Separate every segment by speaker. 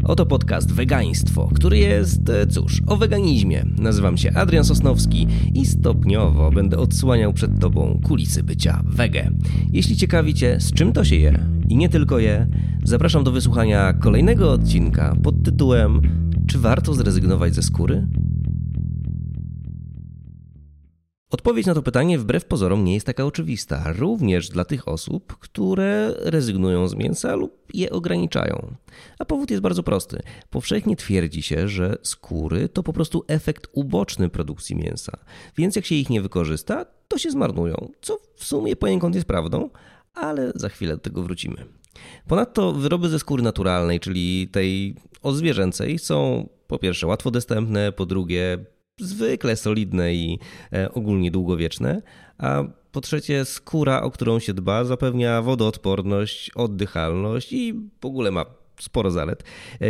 Speaker 1: Oto podcast Wegaństwo, który jest, o weganizmie. Nazywam się Adrian Sosnowski i stopniowo będę odsłaniał przed Tobą kulisy bycia wege. Jeśli ciekawi Cię, z czym to się je i nie tylko je, zapraszam do wysłuchania kolejnego odcinka pod tytułem Czy warto zrezygnować ze skóry? Odpowiedź na to pytanie wbrew pozorom nie jest taka oczywista, również dla tych osób, które rezygnują z mięsa lub je ograniczają. A powód jest bardzo prosty. Powszechnie twierdzi się, że skóry to po prostu efekt uboczny produkcji mięsa, więc jak się ich nie wykorzysta, to się zmarnują, co w sumie poniekąd jest prawdą, ale za chwilę do tego wrócimy. Ponadto wyroby ze skóry naturalnej, czyli tej odzwierzęcej, są po pierwsze łatwo dostępne, po drugie zwykle solidne i ogólnie długowieczne, a po trzecie skóra, o którą się dba, zapewnia wodoodporność, oddychalność i w ogóle ma sporo zalet,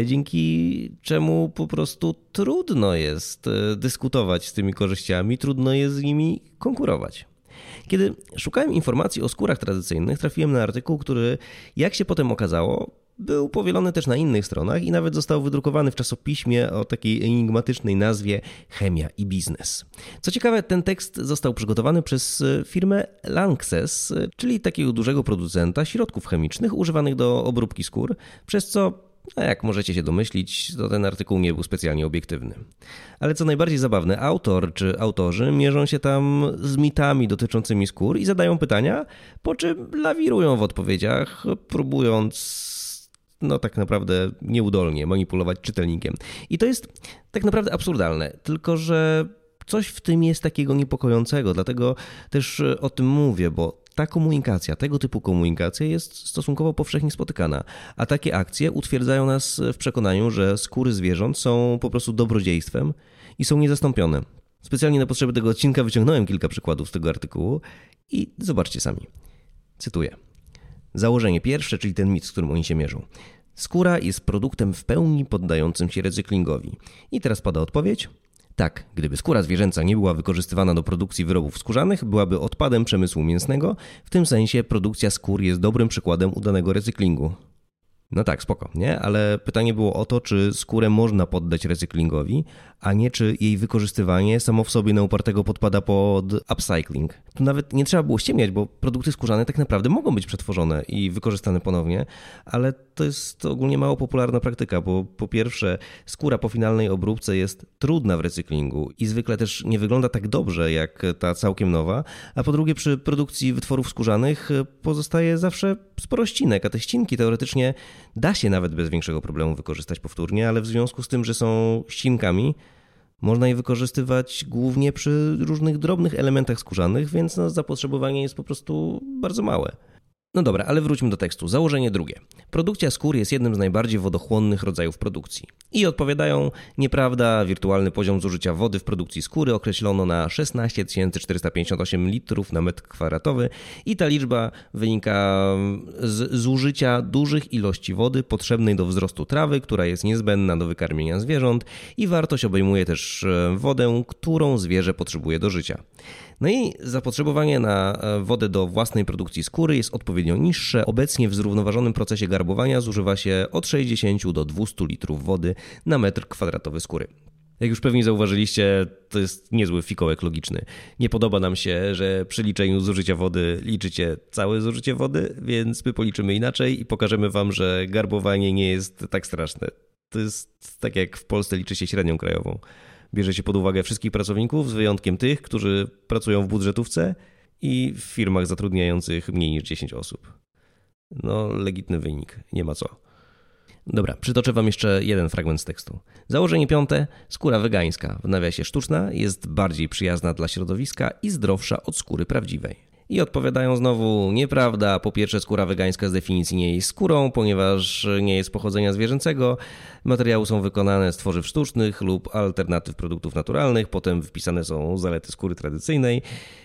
Speaker 1: dzięki czemu po prostu trudno jest dyskutować z tymi korzyściami, trudno jest z nimi konkurować. Kiedy szukałem informacji o skórach tradycyjnych, trafiłem na artykuł, który, jak się potem okazało, był powielony też na innych stronach i nawet został wydrukowany w czasopiśmie o takiej enigmatycznej nazwie Chemia i biznes. Co ciekawe, ten tekst został przygotowany przez firmę Lanxess, czyli takiego dużego producenta środków chemicznych używanych do obróbki skór, przez co, jak możecie się domyślić, to ten artykuł nie był specjalnie obiektywny. Ale co najbardziej zabawne, autor czy autorzy mierzą się tam z mitami dotyczącymi skór i zadają pytania, po czym lawirują w odpowiedziach, próbując tak naprawdę nieudolnie manipulować czytelnikiem. I to jest tak naprawdę absurdalne, tylko że coś w tym jest takiego niepokojącego, dlatego też o tym mówię, bo ta komunikacja, tego typu komunikacja jest stosunkowo powszechnie spotykana, a takie akcje utwierdzają nas w przekonaniu, że skóry zwierząt są po prostu dobrodziejstwem i są niezastąpione. Specjalnie na potrzeby tego odcinka wyciągnąłem kilka przykładów z tego artykułu i zobaczcie sami. Cytuję. Założenie pierwsze, czyli ten mit, z którym oni się mierzą. Skóra jest produktem w pełni poddającym się recyklingowi. I teraz pada odpowiedź. Tak, gdyby skóra zwierzęca nie była wykorzystywana do produkcji wyrobów skórzanych, byłaby odpadem przemysłu mięsnego. W tym sensie produkcja skór jest dobrym przykładem udanego recyklingu. No tak, spoko, nie? Ale pytanie było o to, czy skórę można poddać recyklingowi, a nie czy jej wykorzystywanie samo w sobie na upartego podpada pod upcycling. Tu nawet nie trzeba było ściemniać, bo produkty skórzane tak naprawdę mogą być przetworzone i wykorzystane ponownie, ale to jest ogólnie mało popularna praktyka, bo po pierwsze skóra po finalnej obróbce jest trudna w recyklingu i zwykle też nie wygląda tak dobrze jak ta całkiem nowa, a po drugie przy produkcji wytworów skórzanych pozostaje zawsze sporo ścinek, a te ścinki teoretycznie da się nawet bez większego problemu wykorzystać powtórnie, ale w związku z tym, że są ścinkami, można je wykorzystywać głównie przy różnych drobnych elementach skórzanych, więc zapotrzebowanie jest po prostu bardzo małe. No dobra, ale wróćmy do tekstu. Założenie drugie. Produkcja skór jest jednym z najbardziej wodochłonnych rodzajów produkcji. I odpowiadają, nieprawda, wirtualny poziom zużycia wody w produkcji skóry określono na 16 458 litrów na metr kwadratowy i ta liczba wynika z zużycia dużych ilości wody potrzebnej do wzrostu trawy, która jest niezbędna do wykarmienia zwierząt i wartość obejmuje też wodę, którą zwierzę potrzebuje do życia. No i zapotrzebowanie na wodę do własnej produkcji skóry jest odpowiednio niższe. Obecnie w zrównoważonym procesie garbowania zużywa się od 60 do 200 litrów wody na metr kwadratowy skóry. Jak już pewnie zauważyliście, to jest niezły fikołek logiczny. Nie podoba nam się, że przy liczeniu zużycia wody liczycie całe zużycie wody, więc my policzymy inaczej i pokażemy wam, że garbowanie nie jest tak straszne. To jest tak jak w Polsce liczy się średnią krajową. Bierze się pod uwagę wszystkich pracowników z wyjątkiem tych, którzy pracują w budżetówce i w firmach zatrudniających mniej niż 10 osób. No, legitny wynik, nie ma co. Dobra, przytoczę wam jeszcze jeden fragment z tekstu. Założenie piąte. Skóra wegańska, w nawiasie sztuczna, jest bardziej przyjazna dla środowiska i zdrowsza od skóry prawdziwej. I odpowiadają znowu, nieprawda, po pierwsze skóra wegańska z definicji nie jest skórą, ponieważ nie jest pochodzenia zwierzęcego. Materiały są wykonane z tworzyw sztucznych lub alternatyw produktów naturalnych, potem wpisane są zalety skóry tradycyjnej.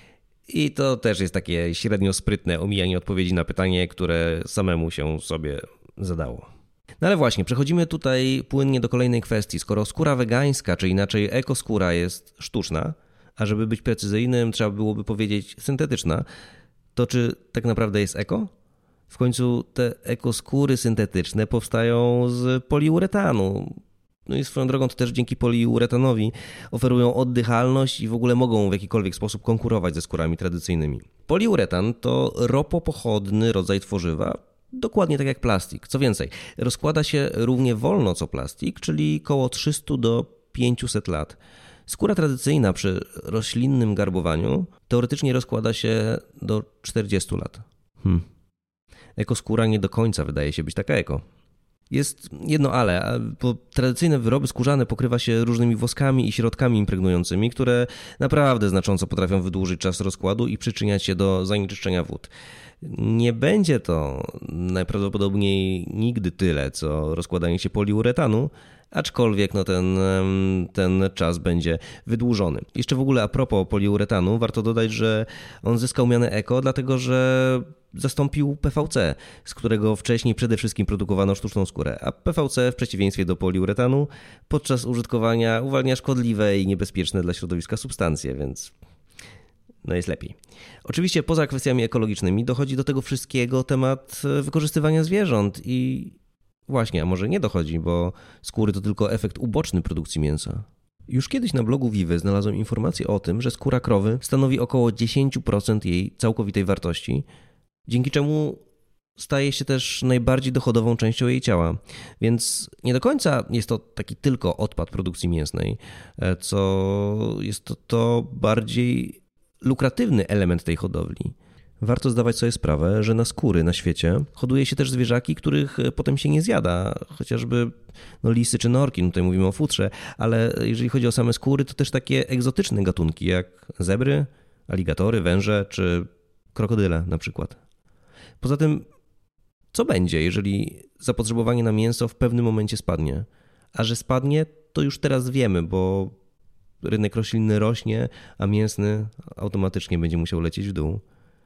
Speaker 1: I to też jest takie średnio sprytne omijanie odpowiedzi na pytanie, które samemu się sobie zadało. No ale właśnie, przechodzimy tutaj płynnie do kolejnej kwestii. Skoro skóra wegańska, czy inaczej ekoskóra jest sztuczna, a żeby być precyzyjnym trzeba byłoby powiedzieć syntetyczna, to czy tak naprawdę jest eko? W końcu te ekoskóry syntetyczne powstają z poliuretanu. No i swoją drogą to też dzięki poliuretanowi oferują oddychalność i w ogóle mogą w jakikolwiek sposób konkurować ze skórami tradycyjnymi. Poliuretan to ropopochodny rodzaj tworzywa, dokładnie tak jak plastik. Co więcej, rozkłada się równie wolno co plastik, czyli około 300 do 500 lat. Skóra tradycyjna przy roślinnym garbowaniu teoretycznie rozkłada się do 40 lat. Ekoskóra nie do końca wydaje się być taka eko. Jest jedno ale, bo tradycyjne wyroby skórzane pokrywa się różnymi woskami i środkami impregnującymi, które naprawdę znacząco potrafią wydłużyć czas rozkładu i przyczyniać się do zanieczyszczenia wód. Nie będzie to najprawdopodobniej nigdy tyle, co rozkładanie się poliuretanu, aczkolwiek ten czas będzie wydłużony. Jeszcze w ogóle a propos poliuretanu, warto dodać, że on zyskał mianę eko, dlatego że zastąpił PVC, z którego wcześniej przede wszystkim produkowano sztuczną skórę, a PVC w przeciwieństwie do poliuretanu podczas użytkowania uwalnia szkodliwe i niebezpieczne dla środowiska substancje, więc jest lepiej. Oczywiście poza kwestiami ekologicznymi dochodzi do tego wszystkiego temat wykorzystywania zwierząt i właśnie, a może nie dochodzi, bo skóry to tylko efekt uboczny produkcji mięsa. Już kiedyś na blogu Vivy znalazłem informację o tym, że skóra krowy stanowi około 10% jej całkowitej wartości, dzięki czemu staje się też najbardziej dochodową częścią jej ciała. Więc nie do końca jest to taki tylko odpad produkcji mięsnej, co jest to bardziej lukratywny element tej hodowli. Warto zdawać sobie sprawę, że na skóry na świecie hoduje się też zwierzaki, których potem się nie zjada, chociażby lisy czy norki, tutaj mówimy o futrze, ale jeżeli chodzi o same skóry, to też takie egzotyczne gatunki jak zebry, aligatory, węże czy krokodyle na przykład. Poza tym, co będzie, jeżeli zapotrzebowanie na mięso w pewnym momencie spadnie? A że spadnie, to już teraz wiemy, bo rynek roślinny rośnie, a mięsny automatycznie będzie musiał lecieć w dół.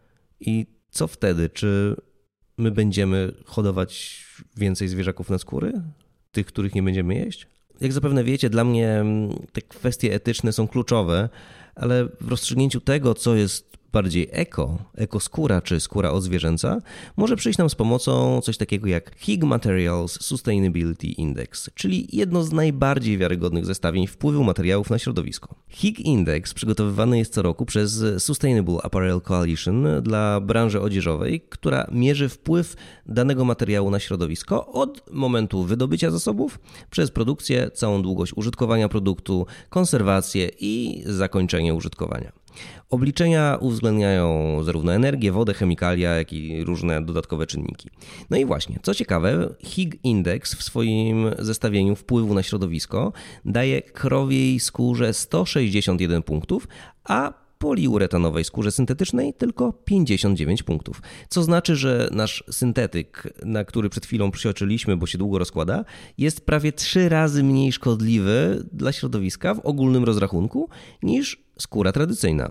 Speaker 1: I co wtedy? Czy my będziemy hodować więcej zwierzaków na skóry? Tych, których nie będziemy jeść? Jak zapewne wiecie, dla mnie te kwestie etyczne są kluczowe, ale w rozstrzygnięciu tego, co jest bardziej ekoskóra czy skóra odzwierzęca, może przyjść nam z pomocą coś takiego jak Higg Materials Sustainability Index, czyli jedno z najbardziej wiarygodnych zestawień wpływu materiałów na środowisko. Higg Index przygotowywany jest co roku przez Sustainable Apparel Coalition dla branży odzieżowej, która mierzy wpływ danego materiału na środowisko od momentu wydobycia zasobów przez produkcję, całą długość użytkowania produktu, konserwację i zakończenie użytkowania. Obliczenia uwzględniają zarówno energię, wodę, chemikalia, jak i różne dodatkowe czynniki. No i właśnie, co ciekawe, Higg Index w swoim zestawieniu wpływu na środowisko daje krowiej skórze 161 punktów, a poliuretanowej skórze syntetycznej tylko 59 punktów. Co znaczy, że nasz syntetyk, na który przed chwilą przyoczyliśmy, bo się długo rozkłada, jest prawie 3 razy mniej szkodliwy dla środowiska w ogólnym rozrachunku niż skóra tradycyjna.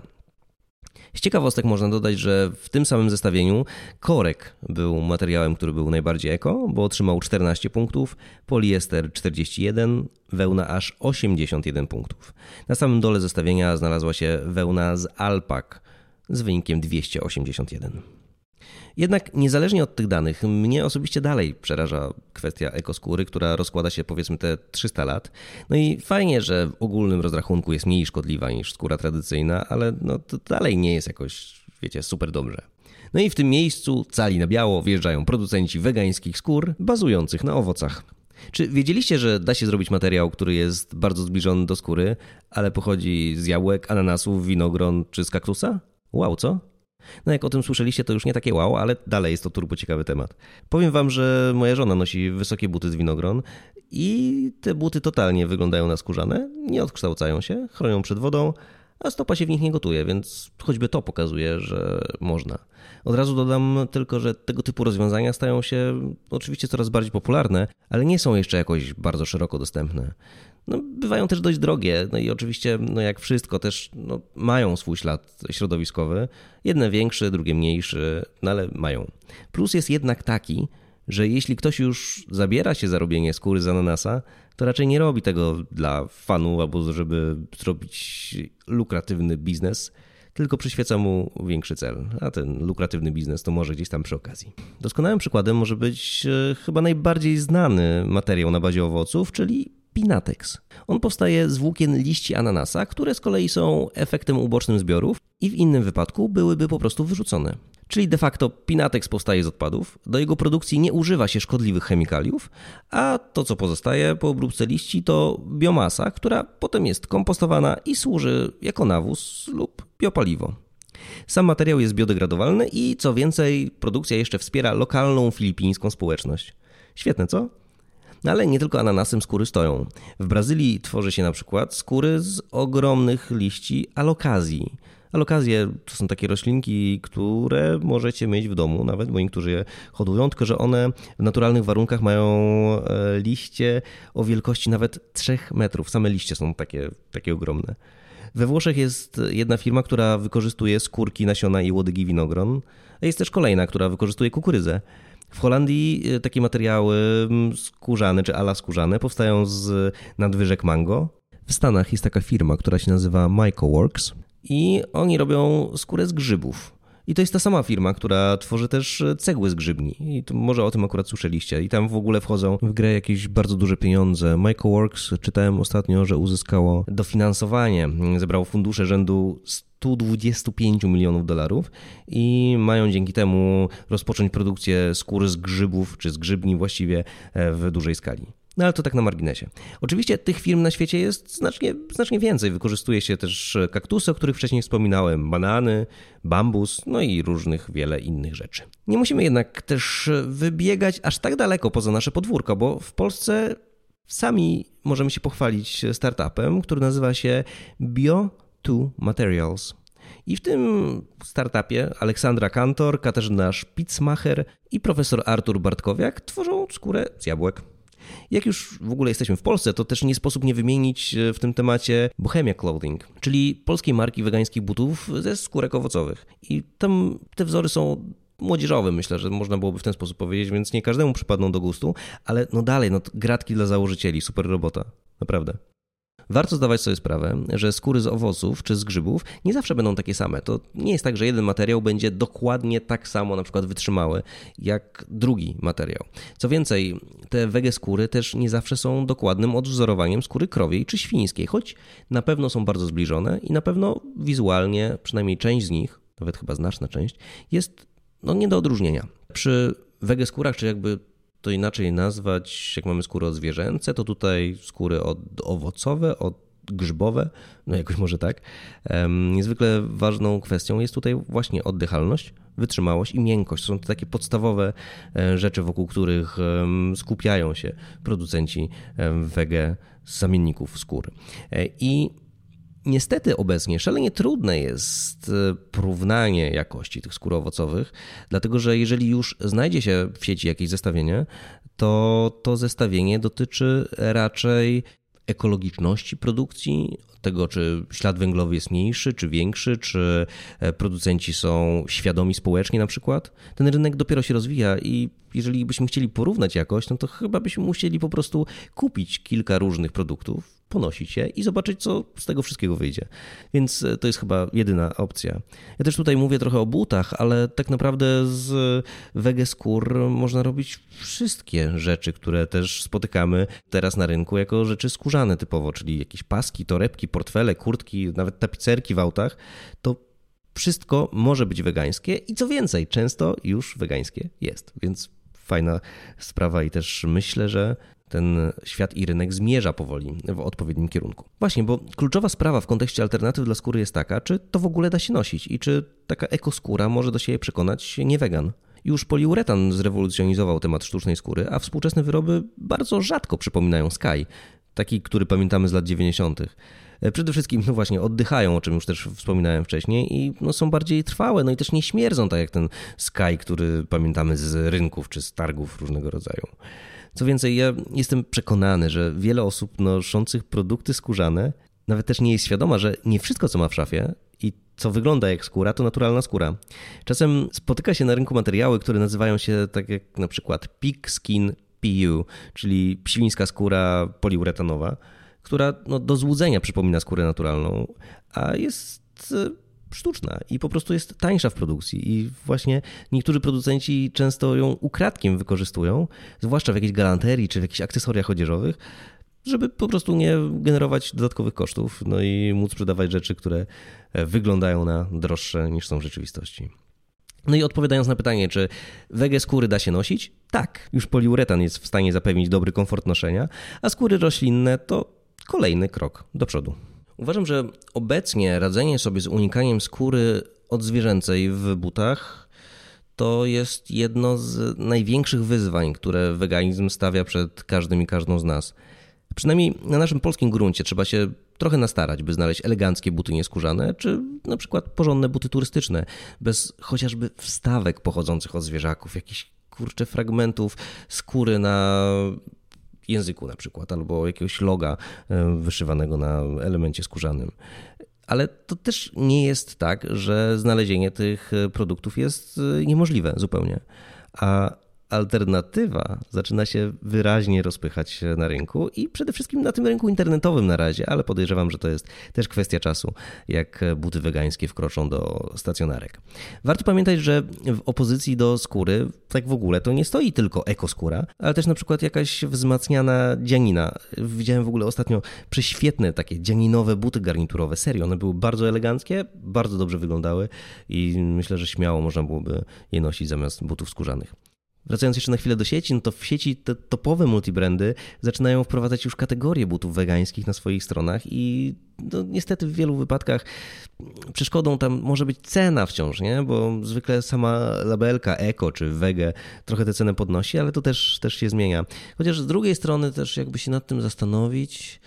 Speaker 1: Z ciekawostek można dodać, że w tym samym zestawieniu korek był materiałem, który był najbardziej eko, bo otrzymał 14 punktów, poliester 41, wełna aż 81 punktów. Na samym dole zestawienia znalazła się wełna z alpak z wynikiem 281. Jednak niezależnie od tych danych, mnie osobiście dalej przeraża kwestia ekoskóry, która rozkłada się powiedzmy te 300 lat. No i fajnie, że w ogólnym rozrachunku jest mniej szkodliwa niż skóra tradycyjna, ale to dalej nie jest jakoś, super dobrze. No i w tym miejscu cali na biało wjeżdżają producenci wegańskich skór bazujących na owocach. Czy wiedzieliście, że da się zrobić materiał, który jest bardzo zbliżony do skóry, ale pochodzi z jabłek, ananasów, winogron czy z kaktusa? Wow, co? No jak o tym słyszeliście, to już nie takie wow, ale dalej jest to turbo ciekawy temat. Powiem wam, że moja żona nosi wysokie buty z winogron i te buty totalnie wyglądają na skórzane, nie odkształcają się, chronią przed wodą, a stopa się w nich nie gotuje, więc choćby to pokazuje, że można. Od razu dodam tylko, że tego typu rozwiązania stają się oczywiście coraz bardziej popularne, ale nie są jeszcze jakoś bardzo szeroko dostępne. Bywają też dość drogie, i oczywiście, jak wszystko, też mają swój ślad środowiskowy. Jedne większy, drugie mniejszy, ale mają. Plus jest jednak taki, że jeśli ktoś już zabiera się za robienie skóry z ananasa, to raczej nie robi tego dla fanu albo żeby zrobić lukratywny biznes, tylko przyświeca mu większy cel, a ten lukratywny biznes to może gdzieś tam przy okazji. Doskonałym przykładem może być chyba najbardziej znany materiał na bazie owoców, czyli Pinatex. On powstaje z włókien liści ananasa, które z kolei są efektem ubocznym zbiorów i w innym wypadku byłyby po prostu wyrzucone. Czyli de facto Pinatex powstaje z odpadów, do jego produkcji nie używa się szkodliwych chemikaliów, a to co pozostaje po obróbce liści to biomasa, która potem jest kompostowana i służy jako nawóz lub biopaliwo. Sam materiał jest biodegradowalny i co więcej produkcja jeszcze wspiera lokalną filipińską społeczność. Świetne, co? No ale nie tylko ananasem skóry stoją. W Brazylii tworzy się na przykład skóry z ogromnych liści alokazji. Alokazje to są takie roślinki, które możecie mieć w domu nawet, bo niektórzy je hodują, tylko że one w naturalnych warunkach mają liście o wielkości nawet 3 metrów. Same liście są takie ogromne. We Włoszech jest jedna firma, która wykorzystuje skórki, nasiona i łodygi winogron, a jest też kolejna, która wykorzystuje kukurydzę. W Holandii takie materiały skórzane czy ala skórzane powstają z nadwyżek mango. W Stanach jest taka firma, która się nazywa Mycoworks i oni robią skórę z grzybów. I to jest ta sama firma, która tworzy też cegły z grzybni. I to może o tym akurat słyszeliście. I tam w ogóle wchodzą w grę jakieś bardzo duże pieniądze. Mycoworks, czytałem ostatnio, że uzyskało dofinansowanie. Zebrało fundusze rzędu $125 milionów i mają dzięki temu rozpocząć produkcję skóry z grzybów, czy z grzybni właściwie w dużej skali. No ale to tak na marginesie. Oczywiście tych firm na świecie jest znacznie więcej. Wykorzystuje się też kaktusy, o których wcześniej wspominałem, banany, bambus, no i różnych wiele innych rzeczy. Nie musimy jednak też wybiegać aż tak daleko poza nasze podwórko, bo w Polsce sami możemy się pochwalić startupem, który nazywa się Bio2 Materials. I w tym startupie Aleksandra Kantor, Katarzyna Spitzmacher i profesor Artur Bartkowiak tworzą skórę z jabłek. Jak już w ogóle jesteśmy w Polsce, to też nie sposób nie wymienić w tym temacie Bohemia Clothing, czyli polskiej marki wegańskich butów ze skórek owocowych. I tam te wzory są młodzieżowe, myślę, że można byłoby w ten sposób powiedzieć, więc nie każdemu przypadną do gustu, ale dalej, gratki dla założycieli, super robota, naprawdę. Warto zdawać sobie sprawę, że skóry z owoców czy z grzybów nie zawsze będą takie same. To nie jest tak, że jeden materiał będzie dokładnie tak samo na przykład wytrzymały jak drugi materiał. Co więcej, te wege skóry też nie zawsze są dokładnym odwzorowaniem skóry krowiej czy świńskiej, choć na pewno są bardzo zbliżone i na pewno wizualnie, przynajmniej część z nich, nawet chyba znaczna część, jest nie do odróżnienia. Przy wege skórach, czy jakby to inaczej nazwać, jak mamy skóry odzwierzęce, to tutaj skóry owocowe, grzybowe, jakoś może tak. Niezwykle ważną kwestią jest tutaj właśnie oddychalność, wytrzymałość i miękkość. To są to takie podstawowe rzeczy, wokół których skupiają się producenci wege zamienników skór. I niestety obecnie szalenie trudne jest porównanie jakości tych skór owocowych, dlatego że jeżeli już znajdzie się w sieci jakieś zestawienie, to zestawienie dotyczy raczej ekologiczności produkcji, tego czy ślad węglowy jest mniejszy czy większy, czy producenci są świadomi społecznie na przykład. Ten rynek dopiero się rozwija i jeżeli byśmy chcieli porównać jakość, to chyba byśmy musieli po prostu kupić kilka różnych produktów, ponosić je i zobaczyć, co z tego wszystkiego wyjdzie. Więc to jest chyba jedyna opcja. Ja też tutaj mówię trochę o butach, ale tak naprawdę z wege skór można robić wszystkie rzeczy, które też spotykamy teraz na rynku jako rzeczy skórzane typowo, czyli jakieś paski, torebki, portfele, kurtki, nawet tapicerki w autach. To wszystko może być wegańskie i co więcej, często już wegańskie jest, więc fajna sprawa i też myślę, że ten świat i rynek zmierza powoli w odpowiednim kierunku. Właśnie, bo kluczowa sprawa w kontekście alternatyw dla skóry jest taka, czy to w ogóle da się nosić i czy taka ekoskóra może do siebie przekonać niewegan. Już poliuretan zrewolucjonizował temat sztucznej skóry, a współczesne wyroby bardzo rzadko przypominają Sky, taki, który pamiętamy z lat 90. Przede wszystkim właśnie oddychają, o czym już też wspominałem wcześniej i są bardziej trwałe, i też nie śmierdzą tak jak ten Sky, który pamiętamy z rynków czy z targów różnego rodzaju. Co więcej, ja jestem przekonany, że wiele osób noszących produkty skórzane nawet też nie jest świadoma, że nie wszystko, co ma w szafie i co wygląda jak skóra, to naturalna skóra. Czasem spotyka się na rynku materiały, które nazywają się tak jak na przykład Pig Skin PU, czyli świńska skóra poliuretanowa, która do złudzenia przypomina skórę naturalną, a jest sztuczna i po prostu jest tańsza w produkcji i właśnie niektórzy producenci często ją ukradkiem wykorzystują, zwłaszcza w jakiejś galanterii czy w jakichś akcesoriach odzieżowych, żeby po prostu nie generować dodatkowych kosztów, no i móc sprzedawać rzeczy, które wyglądają na droższe niż są w rzeczywistości. No i odpowiadając na pytanie, czy wege skóry da się nosić? Tak, już poliuretan jest w stanie zapewnić dobry komfort noszenia, a skóry roślinne to kolejny krok do przodu. Uważam, że obecnie radzenie sobie z unikaniem skóry odzwierzęcej w butach to jest jedno z największych wyzwań, które weganizm stawia przed każdym i każdą z nas. Przynajmniej na naszym polskim gruncie trzeba się trochę nastarać, by znaleźć eleganckie buty nieskórzane, czy na przykład porządne buty turystyczne, bez chociażby wstawek pochodzących od zwierzaków, jakichś fragmentów skóry na języku na przykład, albo jakiegoś loga wyszywanego na elemencie skórzanym. Ale to też nie jest tak, że znalezienie tych produktów jest niemożliwe zupełnie. A alternatywa zaczyna się wyraźnie rozpychać na rynku i przede wszystkim na tym rynku internetowym na razie, ale podejrzewam, że to jest też kwestia czasu, jak buty wegańskie wkroczą do stacjonarek. Warto pamiętać, że w opozycji do skóry, tak w ogóle, to nie stoi tylko ekoskóra, ale też na przykład jakaś wzmacniana dzianina. Widziałem w ogóle ostatnio prześwietne takie dzianinowe buty garniturowe. Serio, one były bardzo eleganckie, bardzo dobrze wyglądały i myślę, że śmiało można byłoby je nosić zamiast butów skórzanych. Wracając jeszcze na chwilę do sieci, no to w sieci te topowe multibrandy zaczynają wprowadzać już kategorie butów wegańskich na swoich stronach i no, niestety w wielu wypadkach przeszkodą tam może być cena wciąż, nie? Bo zwykle sama labelka eko czy wege trochę tę cenę podnosi, ale to też się zmienia. Chociaż z drugiej strony też jakby się nad tym zastanowić,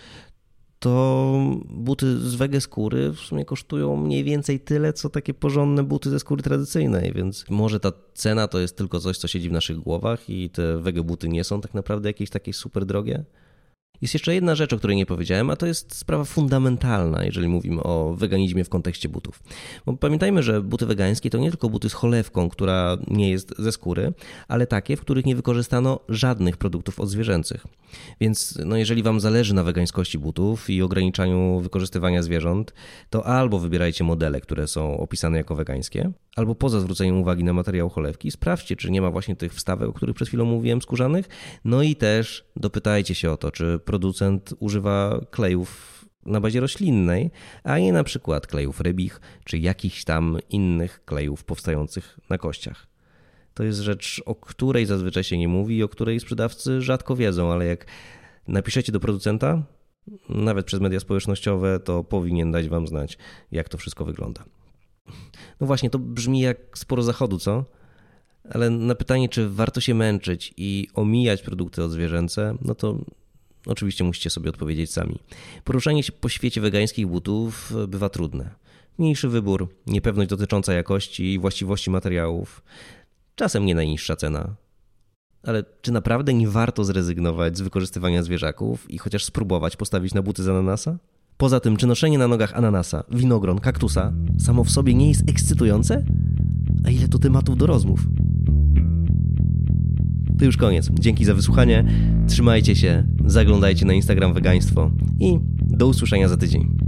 Speaker 1: to buty z wege skóry w sumie kosztują mniej więcej tyle, co takie porządne buty ze skóry tradycyjnej, więc może ta cena to jest tylko coś, co siedzi w naszych głowach i te wege buty nie są tak naprawdę jakieś takie super drogie. Jest jeszcze jedna rzecz, o której nie powiedziałem, a to jest sprawa fundamentalna, jeżeli mówimy o weganizmie w kontekście butów. Bo pamiętajmy, że buty wegańskie to nie tylko buty z cholewką, która nie jest ze skóry, ale takie, w których nie wykorzystano żadnych produktów odzwierzęcych. Więc no, jeżeli wam zależy na wegańskości butów i ograniczaniu wykorzystywania zwierząt, to albo wybierajcie modele, które są opisane jako wegańskie, albo poza zwróceniem uwagi na materiał cholewki, sprawdźcie, czy nie ma właśnie tych wstawek, o których przed chwilą mówiłem, skórzanych. No i też dopytajcie się o to, czy producent używa klejów na bazie roślinnej, a nie na przykład klejów rybich, czy jakichś tam innych klejów powstających na kościach. To jest rzecz, o której zazwyczaj się nie mówi i o której sprzedawcy rzadko wiedzą, ale jak napiszecie do producenta, nawet przez media społecznościowe, to powinien dać wam znać, jak to wszystko wygląda. No właśnie, to brzmi jak sporo zachodu, co? Ale na pytanie, czy warto się męczyć i omijać produkty odzwierzęce, no to oczywiście musicie sobie odpowiedzieć sami. Poruszanie się po świecie wegańskich butów bywa trudne. Mniejszy wybór, niepewność dotycząca jakości i właściwości materiałów, czasem nie najniższa cena. Ale czy naprawdę nie warto zrezygnować z wykorzystywania zwierzaków i chociaż spróbować postawić na buty z ananasa? Poza tym, czy noszenie na nogach ananasa, winogron, kaktusa samo w sobie nie jest ekscytujące? A ile to tematów do rozmów? To już koniec. Dzięki za wysłuchanie. Trzymajcie się, zaglądajcie na Instagram Wegaństwo i do usłyszenia za tydzień.